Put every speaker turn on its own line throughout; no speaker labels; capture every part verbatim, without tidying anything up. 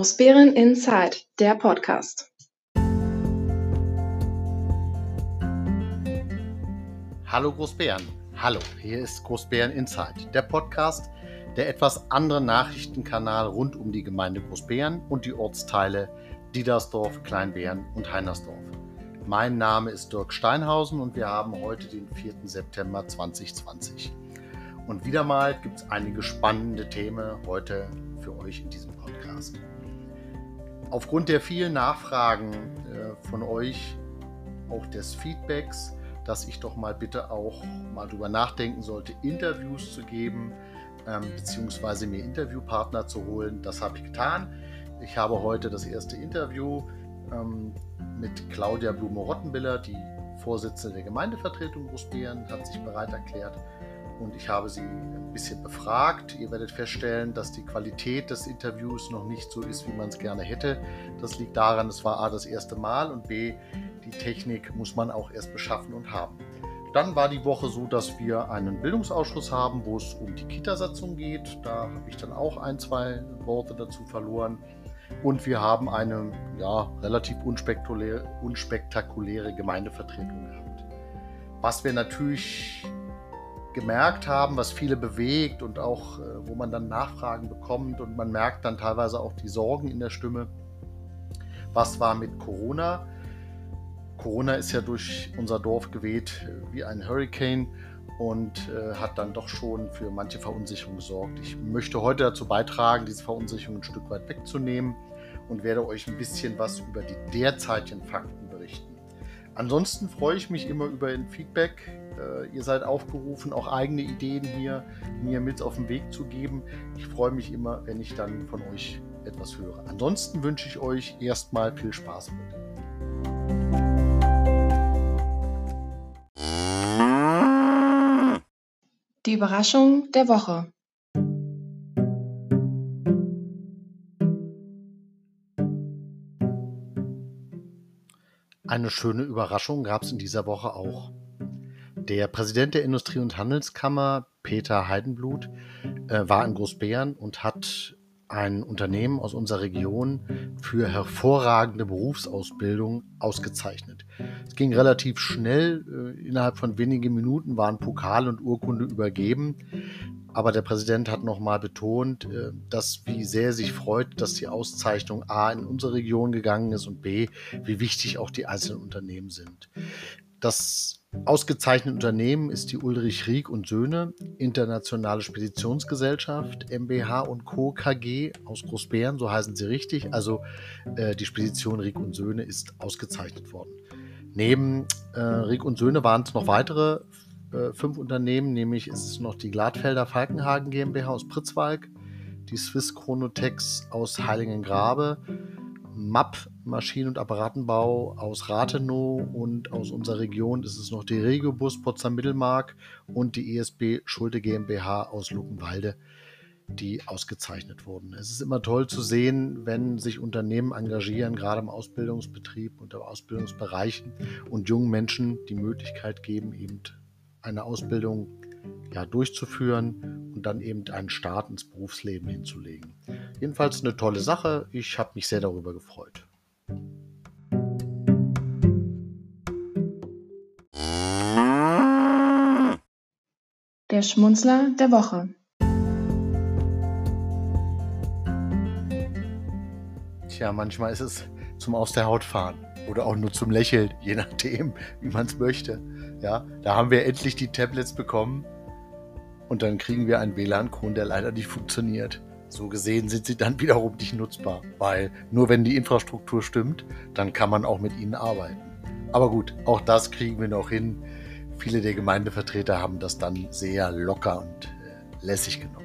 Großbären Inside, der Podcast.
Hallo Großbären, hallo, hier ist Großbären Inside, der Podcast, der etwas andere Nachrichtenkanal rund um die Gemeinde Großbären und die Ortsteile Diedersdorf, Kleinbären und Heinersdorf. Mein Name ist Dirk Steinhausen und wir haben heute den vierten September zweitausendzwanzig. Und wieder mal gibt es einige spannende Themen heute für euch in diesem Podcast. Aufgrund der vielen Nachfragen äh, von euch, auch des Feedbacks, dass ich doch mal bitte auch mal drüber nachdenken sollte, Interviews zu geben, ähm, beziehungsweise mir Interviewpartner zu holen. Das habe ich getan. Ich habe heute das erste Interview ähm, mit Claudia Blume-Rottenbiller, die Vorsitzende der Gemeindevertretung Großbären, hat sich bereit erklärt. Und ich habe sie ein bisschen befragt. Ihr werdet feststellen, dass die Qualität des Interviews noch nicht so ist, wie man es gerne hätte. Das liegt daran, es war A, das erste Mal und B, die Technik muss man auch erst beschaffen und haben. Dann war die Woche so, dass wir einen Bildungsausschuss haben, wo es um die Kita-Satzung geht. Da habe ich dann auch ein, zwei Worte dazu verloren. Und wir haben eine ja, relativ unspektakuläre, unspektakuläre Gemeindevertretung gehabt. Was wir natürlich gemerkt haben, was viele bewegt und auch, äh, wo man dann Nachfragen bekommt und man merkt dann teilweise auch die Sorgen in der Stimme. Was war mit Corona? Corona ist ja durch unser Dorf geweht wie ein Hurricane und äh, hat dann doch schon für manche Verunsicherung gesorgt. Ich möchte heute dazu beitragen, diese Verunsicherung ein Stück weit wegzunehmen und werde euch ein bisschen was über die derzeitigen Fakten berichten. Ansonsten freue ich mich immer über ein Feedback. Äh, ihr seid aufgerufen, auch eigene Ideen hier mir mit auf den Weg zu geben. Ich freue mich immer, wenn ich dann von euch etwas höre. Ansonsten wünsche ich euch erstmal viel Spaß mit.
Die Überraschung der Woche.
Eine schöne Überraschung gab es in dieser Woche auch. Der Präsident der Industrie- und Handelskammer, Peter Heidenblut, äh, war in Großbären und hat ein Unternehmen aus unserer Region für hervorragende Berufsausbildung ausgezeichnet. Es ging relativ schnell, äh, innerhalb von wenigen Minuten waren Pokal und Urkunde übergeben. Aber der Präsident hat nochmal betont, äh, dass wie sehr er sich freut, dass die Auszeichnung A in unsere Region gegangen ist und B, wie wichtig auch die einzelnen Unternehmen sind. Das ausgezeichnete Unternehmen ist die Ulrich Rieck und Söhne, Internationale Speditionsgesellschaft, M B H und Co. K G aus Großbären, so heißen sie richtig. Also äh, die Spedition Rieck und Söhne ist ausgezeichnet worden. Neben äh, Rieck und Söhne waren es noch weitere äh, fünf Unternehmen, nämlich ist es noch die Gladfelder Falkenhagen GmbH aus Pritzwalk, die Swiss Chronotex aus Heiligengrabe, M A P Maschinen- und Apparatenbau aus Rathenow und aus unserer Region ist es noch die Regiobus Potsdam-Mittelmark und die E S B Schulte GmbH aus Luckenwalde, die ausgezeichnet wurden. Es ist immer toll zu sehen, wenn sich Unternehmen engagieren, gerade im Ausbildungsbetrieb und im Ausbildungsbereichen und jungen Menschen die Möglichkeit geben, eben eine Ausbildung ja, durchzuführen und dann eben einen Start ins Berufsleben hinzulegen. Jedenfalls eine tolle Sache. Ich habe mich sehr darüber gefreut.
Der Schmunzler der Woche.
Tja, manchmal ist es zum Aus der Haut fahren oder auch nur zum Lächeln, je nachdem, wie man es möchte. Ja, da haben wir endlich die Tablets bekommen und dann kriegen wir einen W L A N-Code, der leider nicht funktioniert. So gesehen sind sie dann wiederum nicht nutzbar, weil nur wenn die Infrastruktur stimmt, dann kann man auch mit ihnen arbeiten. Aber gut, auch das kriegen wir noch hin. Viele der Gemeindevertreter haben das dann sehr locker und äh, lässig genommen.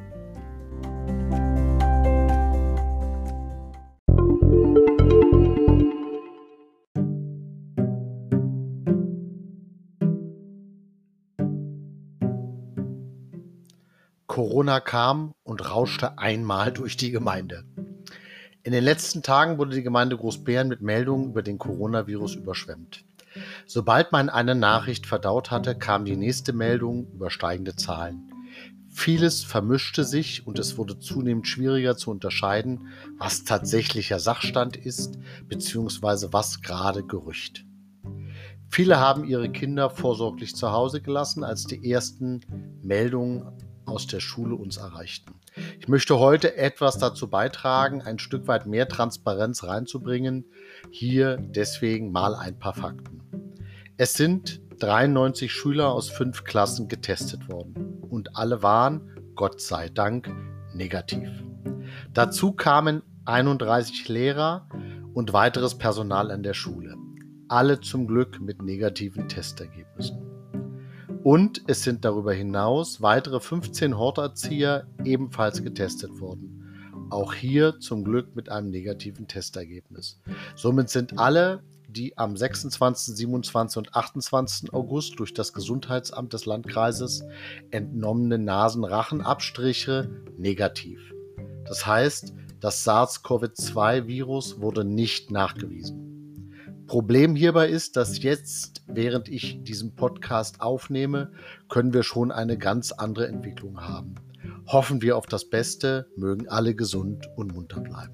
Corona kam und rauschte einmal durch die Gemeinde. In den letzten Tagen wurde die Gemeinde Großbären mit Meldungen über den Coronavirus überschwemmt. Sobald man eine Nachricht verdaut hatte, kam die nächste Meldung über steigende Zahlen. Vieles vermischte sich und es wurde zunehmend schwieriger zu unterscheiden, was tatsächlicher Sachstand ist, beziehungsweise was gerade Gerücht. Viele haben ihre Kinder vorsorglich zu Hause gelassen, als die ersten Meldungen aus der Schule uns erreichten. Ich möchte heute etwas dazu beitragen, ein Stück weit mehr Transparenz reinzubringen. Hier deswegen mal ein paar Fakten. Es sind dreiundneunzig Schüler aus fünf Klassen getestet worden und alle waren, Gott sei Dank, negativ. Dazu kamen einunddreißig Lehrer und weiteres Personal an der Schule. Alle zum Glück mit negativen Testergebnissen. Und es sind darüber hinaus weitere fünfzehn Horterzieher ebenfalls getestet worden. Auch hier zum Glück mit einem negativen Testergebnis. Somit sind alle, die am sechsundzwanzigsten, siebenundzwanzigsten und achtundzwanzigsten August durch das Gesundheitsamt des Landkreises entnommene Nasen-Rachen-Abstriche negativ. Das heißt, das SARS-CoV zwei Virus wurde nicht nachgewiesen. Problem hierbei ist, dass jetzt, während ich diesen Podcast aufnehme, können wir schon eine ganz andere Entwicklung haben. Hoffen wir auf das Beste, mögen alle gesund und munter bleiben.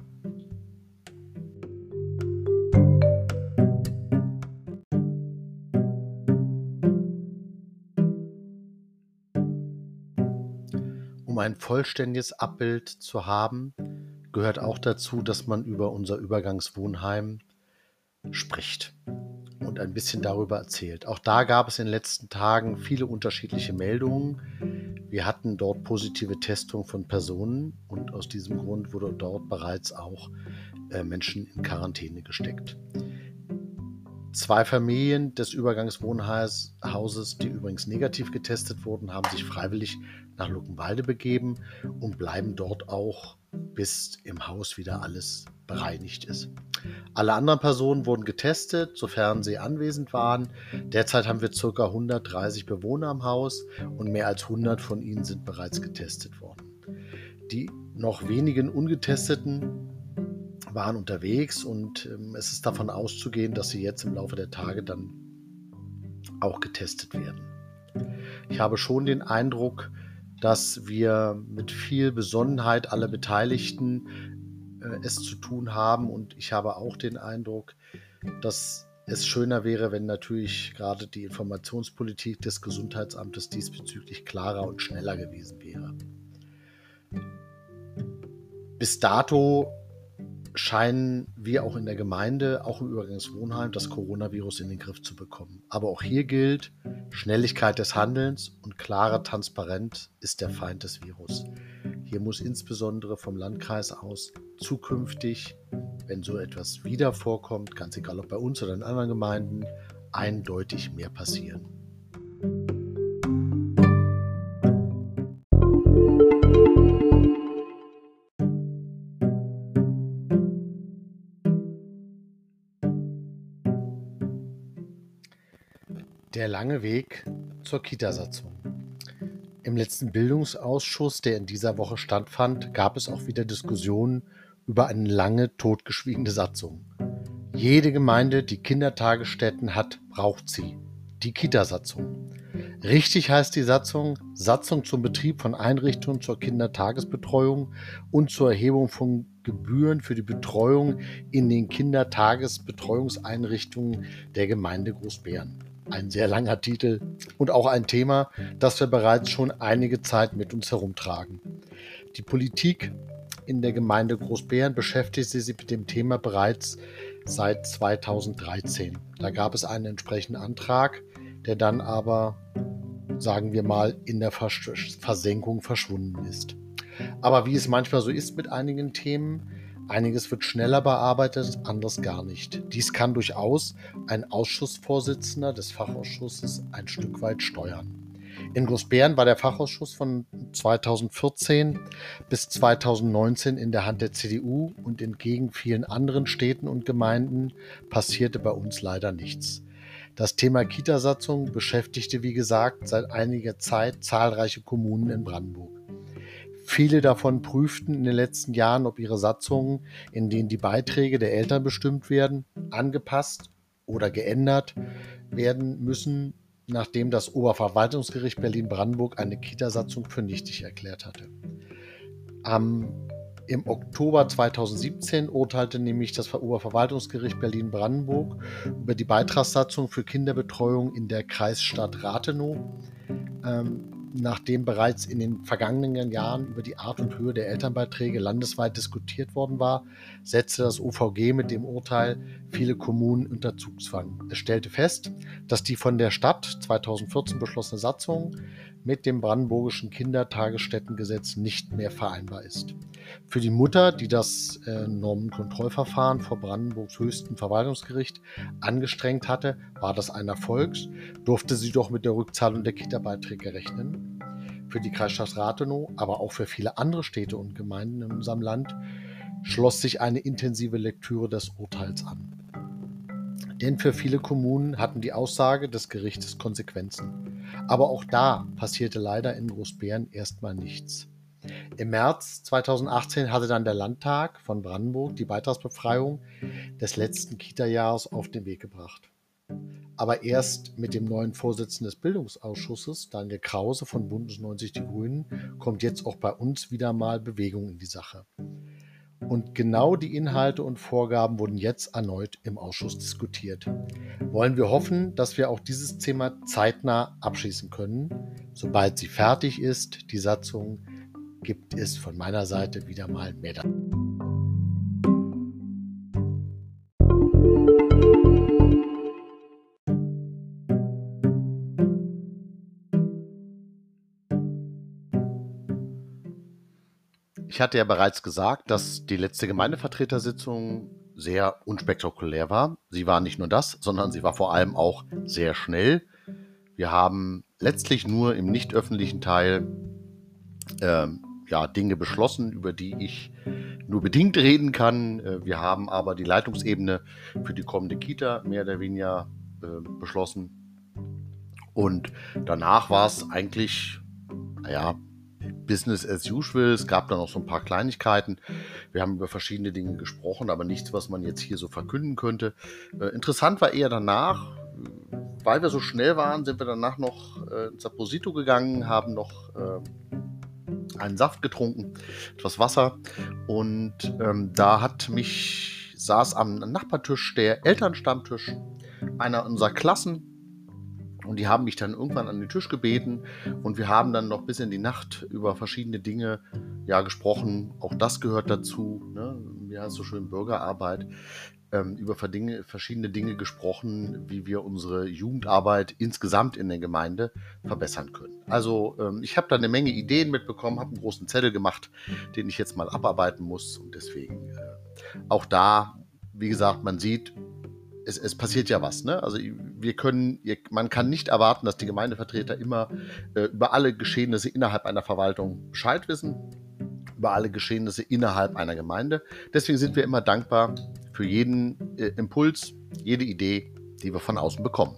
Um ein vollständiges Abbild zu haben, gehört auch dazu, dass man über unser Übergangswohnheim spricht und ein bisschen darüber erzählt. Auch da gab es in den letzten Tagen viele unterschiedliche Meldungen. Wir hatten dort positive Testungen von Personen und aus diesem Grund wurde dort bereits auch äh, Menschen in Quarantäne gesteckt. Zwei Familien des Übergangswohnhauses, die übrigens negativ getestet wurden, haben sich freiwillig nach Luckenwalde begeben und bleiben dort auch, bis im Haus wieder alles bereinigt ist. Alle anderen Personen wurden getestet, sofern sie anwesend waren. Derzeit haben wir ca. hundertdreißig Bewohner im Haus und mehr als hundert von ihnen sind bereits getestet worden. Die noch wenigen Ungetesteten waren unterwegs und ähm, es ist davon auszugehen, dass sie jetzt im Laufe der Tage dann auch getestet werden. Ich habe schon den Eindruck, dass wir mit viel Besonnenheit alle Beteiligten äh, es zu tun haben und ich habe auch den Eindruck, dass es schöner wäre, wenn natürlich gerade die Informationspolitik des Gesundheitsamtes diesbezüglich klarer und schneller gewesen wäre. Bis dato scheinen wir auch in der Gemeinde, auch im Übergangswohnheim, das Coronavirus in den Griff zu bekommen. Aber auch hier gilt, Schnelligkeit des Handelns und klare Transparenz ist der Feind des Virus. Hier muss insbesondere vom Landkreis aus zukünftig, wenn so etwas wieder vorkommt, ganz egal ob bei uns oder in anderen Gemeinden, eindeutig mehr passieren. Der lange Weg zur Kitasatzung. Im letzten Bildungsausschuss, der in dieser Woche stattfand, gab es auch wieder Diskussionen über eine lange totgeschwiegene Satzung. Jede Gemeinde, die Kindertagesstätten hat, braucht sie. Die Kitasatzung. Richtig heißt die Satzung Satzung zum Betrieb von Einrichtungen zur Kindertagesbetreuung und zur Erhebung von Gebühren für die Betreuung in den Kindertagesbetreuungseinrichtungen der Gemeinde Großbeeren. Ein sehr langer Titel und auch ein Thema, das wir bereits schon einige Zeit mit uns herumtragen. Die Politik in der Gemeinde Großbeeren beschäftigt sich mit dem Thema bereits seit zweitausenddreizehn. Da gab es einen entsprechenden Antrag, der dann aber, sagen wir mal, in der Versenkung verschwunden ist. Aber wie es manchmal so ist mit einigen Themen, einiges wird schneller bearbeitet, anderes gar nicht. Dies kann durchaus ein Ausschussvorsitzender des Fachausschusses ein Stück weit steuern. In Großbeeren war der Fachausschuss von zweitausendvierzehn bis zweitausendneunzehn in der Hand der C D U und entgegen vielen anderen Städten und Gemeinden passierte bei uns leider nichts. Das Thema Kitasatzung beschäftigte, wie gesagt, seit einiger Zeit zahlreiche Kommunen in Brandenburg. Viele davon prüften in den letzten Jahren, ob ihre Satzungen, in denen die Beiträge der Eltern bestimmt werden, angepasst oder geändert werden müssen nachdem das Oberverwaltungsgericht Berlin-Brandenburg eine Kita-Satzung für nichtig erklärt hatte. Am, Im Oktober zweitausendsiebzehn urteilte nämlich das Oberverwaltungsgericht Berlin-Brandenburg über die Beitragssatzung für Kinderbetreuung in der Kreisstadt Rathenow, ähm, nachdem bereits in den vergangenen Jahren über die Art und Höhe der Elternbeiträge landesweit diskutiert worden war, setzte das O V G mit dem Urteil viele Kommunen unter Zugzwang. Es stellte fest, dass die von der Stadt zweitausendvierzehn beschlossene Satzung mit dem brandenburgischen Kindertagesstättengesetz nicht mehr vereinbar ist. Für die Mutter, die das äh, Normenkontrollverfahren vor Brandenburgs höchstem Verwaltungsgericht angestrengt hatte, war das ein Erfolg, durfte sie doch mit der Rückzahlung der Kita-Beiträge rechnen. Für die Kreisstadt Rathenow, aber auch für viele andere Städte und Gemeinden in unserem Land, schloss sich eine intensive Lektüre des Urteils an. Denn für viele Kommunen hatten die Aussage des Gerichtes Konsequenzen. Aber auch da passierte leider in Großbären erstmal nichts. Im März zweitausendachtzehn hatte dann der Landtag von Brandenburg die Beitragsbefreiung des letzten Kita-Jahres auf den Weg gebracht. Aber erst mit dem neuen Vorsitzenden des Bildungsausschusses, Daniel Krause von Bündnis neunzig Die Grünen, kommt jetzt auch bei uns wieder mal Bewegung in die Sache. Und genau die Inhalte und Vorgaben wurden jetzt erneut im Ausschuss diskutiert. Wollen wir hoffen, dass wir auch dieses Thema zeitnah abschließen können. Sobald sie fertig ist, die Satzung, gibt es von meiner Seite wieder mal mehr dazu. Ich hatte ja bereits gesagt, dass die letzte Gemeindevertretersitzung sehr unspektakulär war. Sie war nicht nur das, sondern sie war vor allem auch sehr schnell. Wir haben letztlich nur im nicht öffentlichen Teil äh, ja, Dinge beschlossen, über die ich nur bedingt reden kann. Äh, wir haben aber die Leitungsebene für die kommende Kita mehr oder weniger äh, beschlossen. Und danach war es eigentlich, naja, Business as usual. Es gab dann noch so ein paar Kleinigkeiten. Wir haben über verschiedene Dinge gesprochen, aber nichts, was man jetzt hier so verkünden könnte. Äh, interessant war eher danach, weil wir so schnell waren, sind wir danach noch äh, ins Saposito gegangen, haben noch äh, einen Saft getrunken, etwas Wasser. Und ähm, da hat mich, saß am Nachbartisch der Elternstammtisch einer unserer Klassen. Und die haben mich dann irgendwann an den Tisch gebeten und wir haben dann noch bis in die Nacht über verschiedene Dinge ja, gesprochen. Auch das gehört dazu, ne? Ja, ist so schön Bürgerarbeit. Ähm, über Dinge, verschiedene Dinge gesprochen, wie wir unsere Jugendarbeit insgesamt in der Gemeinde verbessern können. Also ähm, ich habe da eine Menge Ideen mitbekommen, habe einen großen Zettel gemacht, den ich jetzt mal abarbeiten muss. Und deswegen äh, auch da, wie gesagt, man sieht, Es, es passiert ja was, ne? Also wir können, man kann nicht erwarten, dass die Gemeindevertreter immer äh, über alle Geschehnisse innerhalb einer Verwaltung Bescheid wissen, über alle Geschehnisse innerhalb einer Gemeinde. Deswegen sind wir immer dankbar für jeden äh, Impuls, jede Idee, die wir von außen bekommen.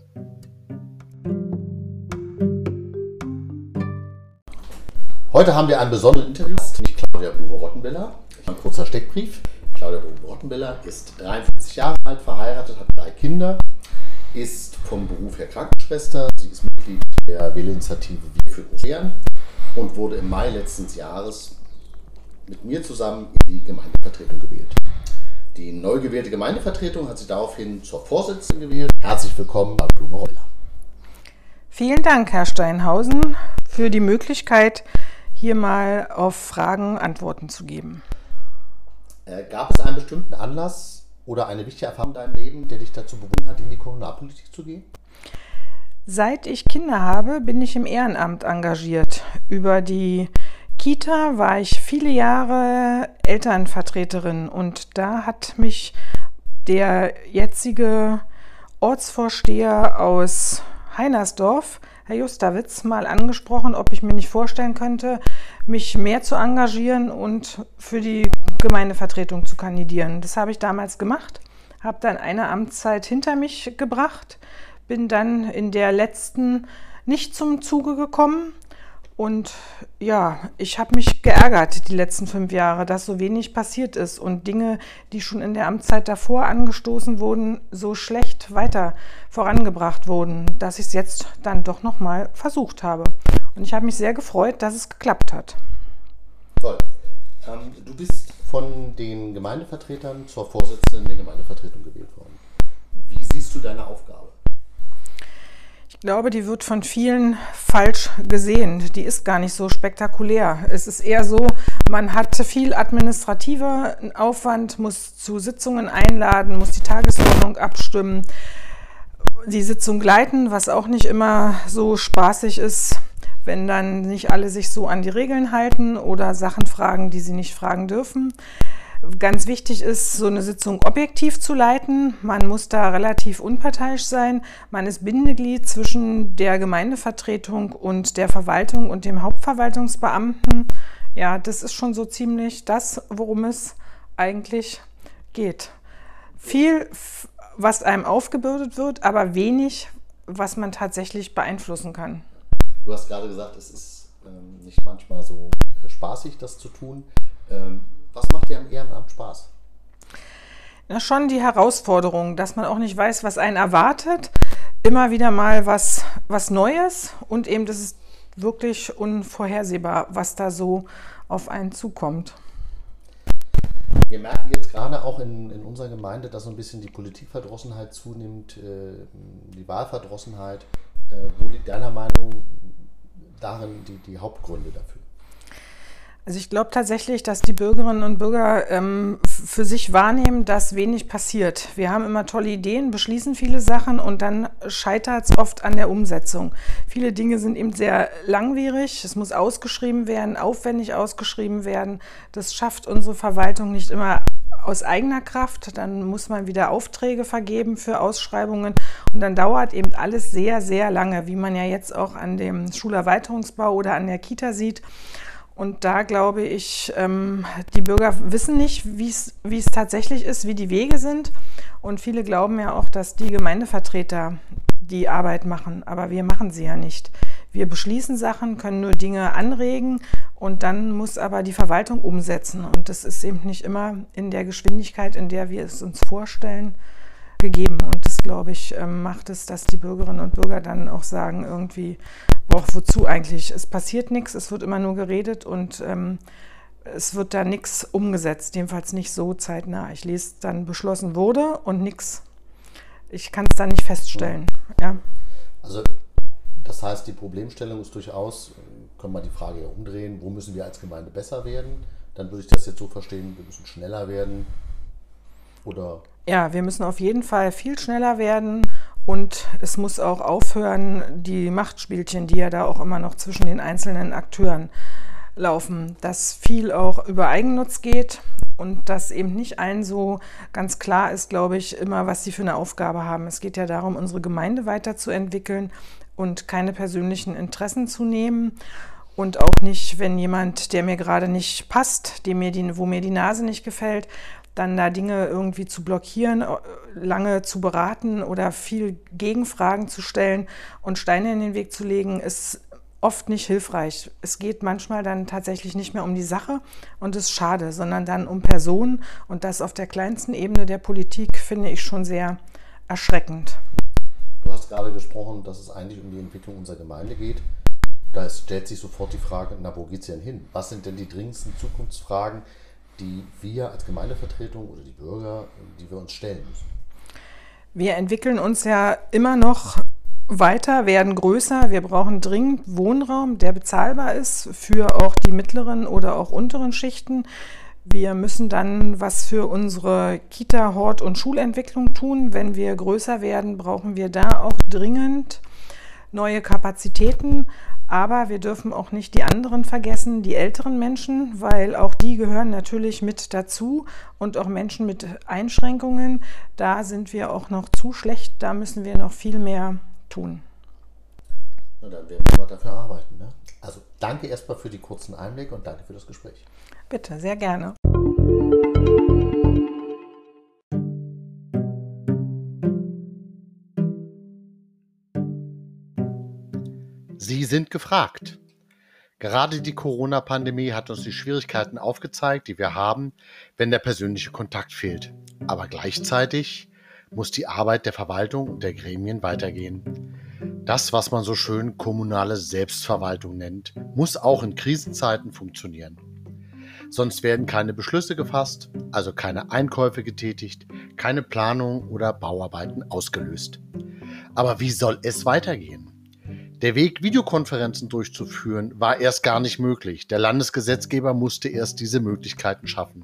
Heute haben wir einen besonderen Interview, nicht Claudia Blume-Rottenbeller. Ein kurzer Steckbrief. Claudia Blume-Rottenbeller ist dreiundfünfzig Jahre alt, verheiratet, hat drei Kinder, ist vom Beruf her Krankenschwester. Sie ist Mitglied der Wählerinitiative Wir für Großbären und wurde im Mai letzten Jahres mit mir zusammen in die Gemeindevertretung gewählt. Die neu gewählte Gemeindevertretung hat sie daraufhin zur Vorsitzenden gewählt. Herzlich willkommen, Claudia Blume-Rottenbeller.
Vielen Dank, Herr Steinhausen, für die Möglichkeit, hier mal auf Fragen Antworten zu geben.
Gab es einen bestimmten Anlass oder eine wichtige Erfahrung in deinem Leben, der dich dazu bewogen hat, in die Kommunalpolitik zu gehen?
Seit ich Kinder habe, bin ich im Ehrenamt engagiert. Über die Kita war ich viele Jahre Elternvertreterin und da hat mich der jetzige Ortsvorsteher aus Heinersdorf, Herr Justawitz, mal angesprochen, ob ich mir nicht vorstellen könnte, mich mehr zu engagieren und für die Gemeindevertretung zu kandidieren. Das habe ich damals gemacht, habe dann eine Amtszeit hinter mich gebracht, bin dann in der letzten nicht zum Zuge gekommen Und ja, ich habe mich geärgert die letzten fünf Jahre, dass so wenig passiert ist und Dinge, die schon in der Amtszeit davor angestoßen wurden, so schlecht weiter vorangebracht wurden, dass ich es jetzt dann doch nochmal versucht habe. Und ich habe mich sehr gefreut, dass es geklappt hat.
Toll. Ähm, du bist von den Gemeindevertretern zur Vorsitzenden der Gemeindevertretung gewählt worden. Wie siehst du deine Aufgabe?
Ich glaube, die wird von vielen falsch gesehen. Die ist gar nicht so spektakulär. Es ist eher so, man hat viel administrativer Aufwand, muss zu Sitzungen einladen, muss die Tagesordnung abstimmen, die Sitzung leiten, was auch nicht immer so spaßig ist, wenn dann nicht alle sich so an die Regeln halten oder Sachen fragen, die sie nicht fragen dürfen. Ganz wichtig ist, so eine Sitzung objektiv zu leiten. Man muss da relativ unparteiisch sein. Man ist Bindeglied zwischen der Gemeindevertretung und der Verwaltung und dem Hauptverwaltungsbeamten. Ja, das ist schon so ziemlich das, worum es eigentlich geht. Viel, was einem aufgebürdet wird, aber wenig, was man tatsächlich beeinflussen kann.
Du hast gerade gesagt, es ist ähm, nicht manchmal so äh, spaßig, das zu tun. Ähm, Was macht dir am Ehrenamt Spaß?
Na, schon die Herausforderung, dass man auch nicht weiß, was einen erwartet. Immer wieder mal was, was Neues und eben das ist wirklich unvorhersehbar, was da so auf einen zukommt.
Wir merken jetzt gerade auch in, in unserer Gemeinde, dass so ein bisschen die Politikverdrossenheit zunimmt, äh, die Wahlverdrossenheit. Äh, wo liegt deiner Meinung darin die, die Hauptgründe dafür?
Also ich glaube tatsächlich, dass die Bürgerinnen und Bürger ähm, für sich wahrnehmen, dass wenig passiert. Wir haben immer tolle Ideen, beschließen viele Sachen und dann scheitert es oft an der Umsetzung. Viele Dinge sind eben sehr langwierig, es muss ausgeschrieben werden, aufwendig ausgeschrieben werden. Das schafft unsere Verwaltung nicht immer aus eigener Kraft. Dann muss man wieder Aufträge vergeben für Ausschreibungen und dann dauert eben alles sehr, sehr lange, wie man ja jetzt auch an dem Schulerweiterungsbau oder an der Kita sieht. Und da glaube ich, ähm, die Bürger wissen nicht, wie es wie es tatsächlich ist, wie die Wege sind. Und viele glauben ja auch, dass die Gemeindevertreter die Arbeit machen. Aber wir machen sie ja nicht. Wir beschließen Sachen, können nur Dinge anregen und dann muss aber die Verwaltung umsetzen. Und das ist eben nicht immer in der Geschwindigkeit, in der wir es uns vorstellen, gegeben. Und das, glaube ich, macht es, dass die Bürgerinnen und Bürger dann auch sagen, irgendwie, boah, wozu eigentlich? Es passiert nichts, es wird immer nur geredet und ähm, es wird da nichts umgesetzt, jedenfalls nicht so zeitnah. Ich lese, dann beschlossen wurde und nichts. Ich kann es da nicht feststellen. Ja.
Also das heißt, die Problemstellung ist durchaus, können wir die Frage ja umdrehen, wo müssen wir als Gemeinde besser werden? Dann würde ich das jetzt so verstehen, wir müssen schneller werden oder...
Ja, wir müssen auf jeden Fall viel schneller werden und es muss auch aufhören, die Machtspielchen, die ja da auch immer noch zwischen den einzelnen Akteuren laufen, dass viel auch über Eigennutz geht und dass eben nicht allen so ganz klar ist, glaube ich, immer, was sie für eine Aufgabe haben. Es geht ja darum, unsere Gemeinde weiterzuentwickeln und keine persönlichen Interessen zu nehmen. Und auch nicht, wenn jemand, der mir gerade nicht passt, dem mir die, wo mir die Nase nicht gefällt, dann da Dinge irgendwie zu blockieren, lange zu beraten oder viel Gegenfragen zu stellen und Steine in den Weg zu legen, ist oft nicht hilfreich. Es geht manchmal dann tatsächlich nicht mehr um die Sache und es ist schade, sondern dann um Personen und das auf der kleinsten Ebene der Politik finde ich schon sehr erschreckend.
Du hast gerade gesprochen, dass es eigentlich um die Entwicklung unserer Gemeinde geht. Da stellt sich sofort die Frage, na, wo geht es denn hin? Was sind denn die dringendsten Zukunftsfragen, die wir als Gemeindevertretung oder die Bürger, die wir uns stellen müssen?
Wir entwickeln uns ja immer noch weiter, werden größer. Wir brauchen dringend Wohnraum, der bezahlbar ist für auch die mittleren oder auch unteren Schichten. Wir müssen dann was für unsere Kita-, Hort- und Schulentwicklung tun. Wenn wir größer werden, brauchen wir da auch dringend neue Kapazitäten. Aber wir dürfen auch nicht die anderen vergessen, die älteren Menschen, weil auch die gehören natürlich mit dazu und auch Menschen mit Einschränkungen. Da sind wir auch noch zu schlecht, da müssen wir noch viel mehr tun.
Na, dann werden wir mal dafür arbeiten. Ne? Also danke erstmal für die kurzen Einblicke und danke für das Gespräch.
Bitte, sehr gerne.
Sie sind gefragt. Gerade die Corona-Pandemie hat uns die Schwierigkeiten aufgezeigt, die wir haben, wenn der persönliche Kontakt fehlt. Aber gleichzeitig muss die Arbeit der Verwaltung und der Gremien weitergehen. Das, was man so schön kommunale Selbstverwaltung nennt, muss auch in Krisenzeiten funktionieren. Sonst werden keine Beschlüsse gefasst, also keine Einkäufe getätigt, keine Planung oder Bauarbeiten ausgelöst. Aber wie soll es weitergehen? Der Weg, Videokonferenzen durchzuführen, war erst gar nicht möglich. Der Landesgesetzgeber musste erst diese Möglichkeiten schaffen.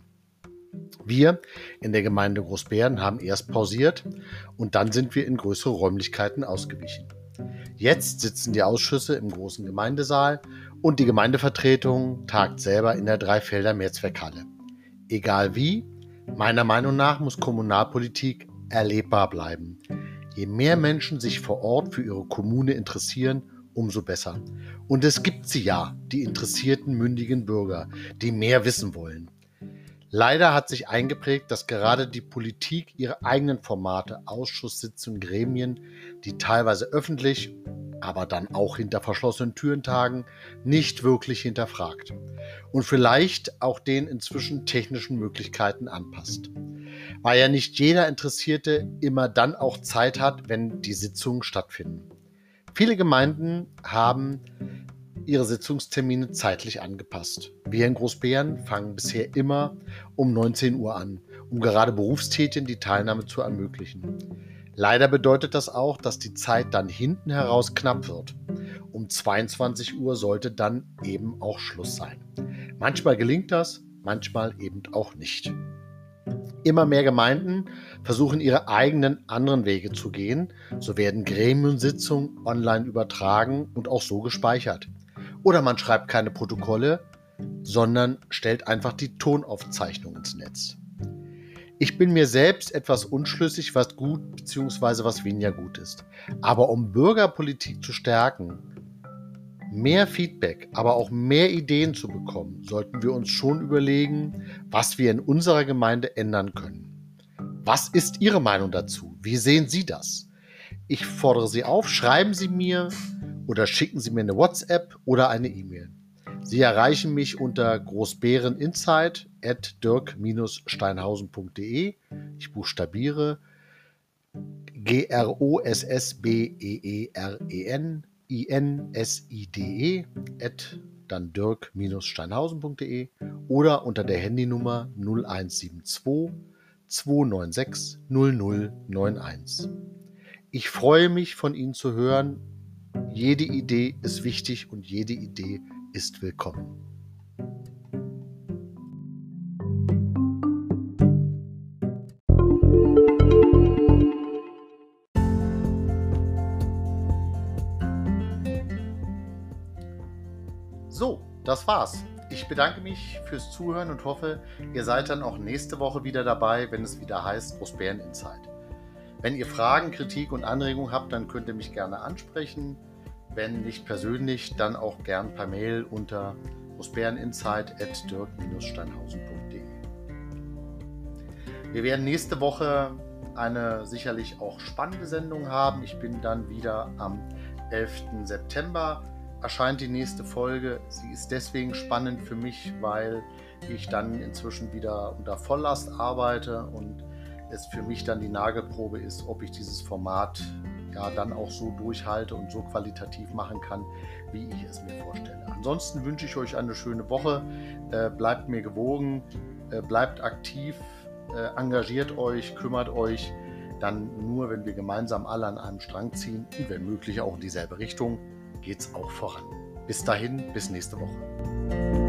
Wir in der Gemeinde Großbeeren haben erst pausiert und dann sind wir in größere Räumlichkeiten ausgewichen. Jetzt sitzen die Ausschüsse im großen Gemeindesaal und die Gemeindevertretung tagt selber in der Dreifelder Mehrzweckhalle. Egal wie, meiner Meinung nach muss Kommunalpolitik erlebbar bleiben. Je mehr Menschen sich vor Ort für ihre Kommune interessieren, umso besser. Und es gibt sie ja, die interessierten, mündigen Bürger, die mehr wissen wollen. Leider hat sich eingeprägt, dass gerade die Politik ihre eigenen Formate, Ausschusssitzungen, Gremien, die teilweise öffentlich, aber dann auch hinter verschlossenen Türen tagen, nicht wirklich hinterfragt und vielleicht auch den inzwischen technischen Möglichkeiten anpasst. Weil ja nicht jeder Interessierte immer dann auch Zeit hat, wenn die Sitzungen stattfinden. Viele Gemeinden haben ihre Sitzungstermine zeitlich angepasst. Wir in Großbeeren fangen bisher immer um neunzehn Uhr an, um gerade Berufstätigen die Teilnahme zu ermöglichen. Leider bedeutet das auch, dass die Zeit dann hinten heraus knapp wird. Um zweiundzwanzig Uhr sollte dann eben auch Schluss sein. Manchmal gelingt das, manchmal eben auch nicht. Immer mehr Gemeinden versuchen ihre eigenen anderen Wege zu gehen. So werden Gremiensitzungen online übertragen und auch so gespeichert. Oder man schreibt keine Protokolle, sondern stellt einfach die Tonaufzeichnung ins Netz. Ich bin mir selbst etwas unschlüssig, was gut bzw. was weniger gut ist. Aber um Bürgerpolitik zu stärken, mehr Feedback, aber auch mehr Ideen zu bekommen, sollten wir uns schon überlegen, was wir in unserer Gemeinde ändern können. Was ist Ihre Meinung dazu? Wie sehen Sie das? Ich fordere Sie auf, schreiben Sie mir oder schicken Sie mir eine WhatsApp oder eine E-Mail. Sie erreichen mich unter großbeereninsight at dirk steinhausen punkt de. Ich buchstabiere G R O S S B E E R E N I N S I D E at dann dirk steinhausen punkt de oder unter der Handynummer null eins sieben zwei zwei neun sechs null null neun eins. Ich freue mich, von Ihnen zu hören. Jede Idee ist wichtig und jede Idee ist willkommen. So, das war's. Ich bedanke mich fürs Zuhören und hoffe, ihr seid dann auch nächste Woche wieder dabei, wenn es wieder heißt Großbeeren Insight. Wenn ihr Fragen, Kritik und Anregungen habt, dann könnt ihr mich gerne ansprechen. Wenn nicht persönlich, dann auch gern per Mail unter großbeereninsight at dirk steinhausen punkt de. Wir werden nächste Woche eine sicherlich auch spannende Sendung haben. Ich bin dann wieder am elften September. Erscheint die nächste Folge. Sie ist deswegen spannend für mich, weil ich dann inzwischen wieder unter Volllast arbeite und es für mich dann die Nagelprobe ist, ob ich dieses Format ja dann auch so durchhalte und so qualitativ machen kann, wie ich es mir vorstelle. Ansonsten wünsche ich euch eine schöne Woche. Äh, bleibt mir gewogen, äh, bleibt aktiv, äh, engagiert euch, kümmert euch. Dann nur, wenn wir gemeinsam alle an einem Strang ziehen und wenn möglich auch in dieselbe Richtung, geht es auch voran. Bis dahin, bis nächste Woche.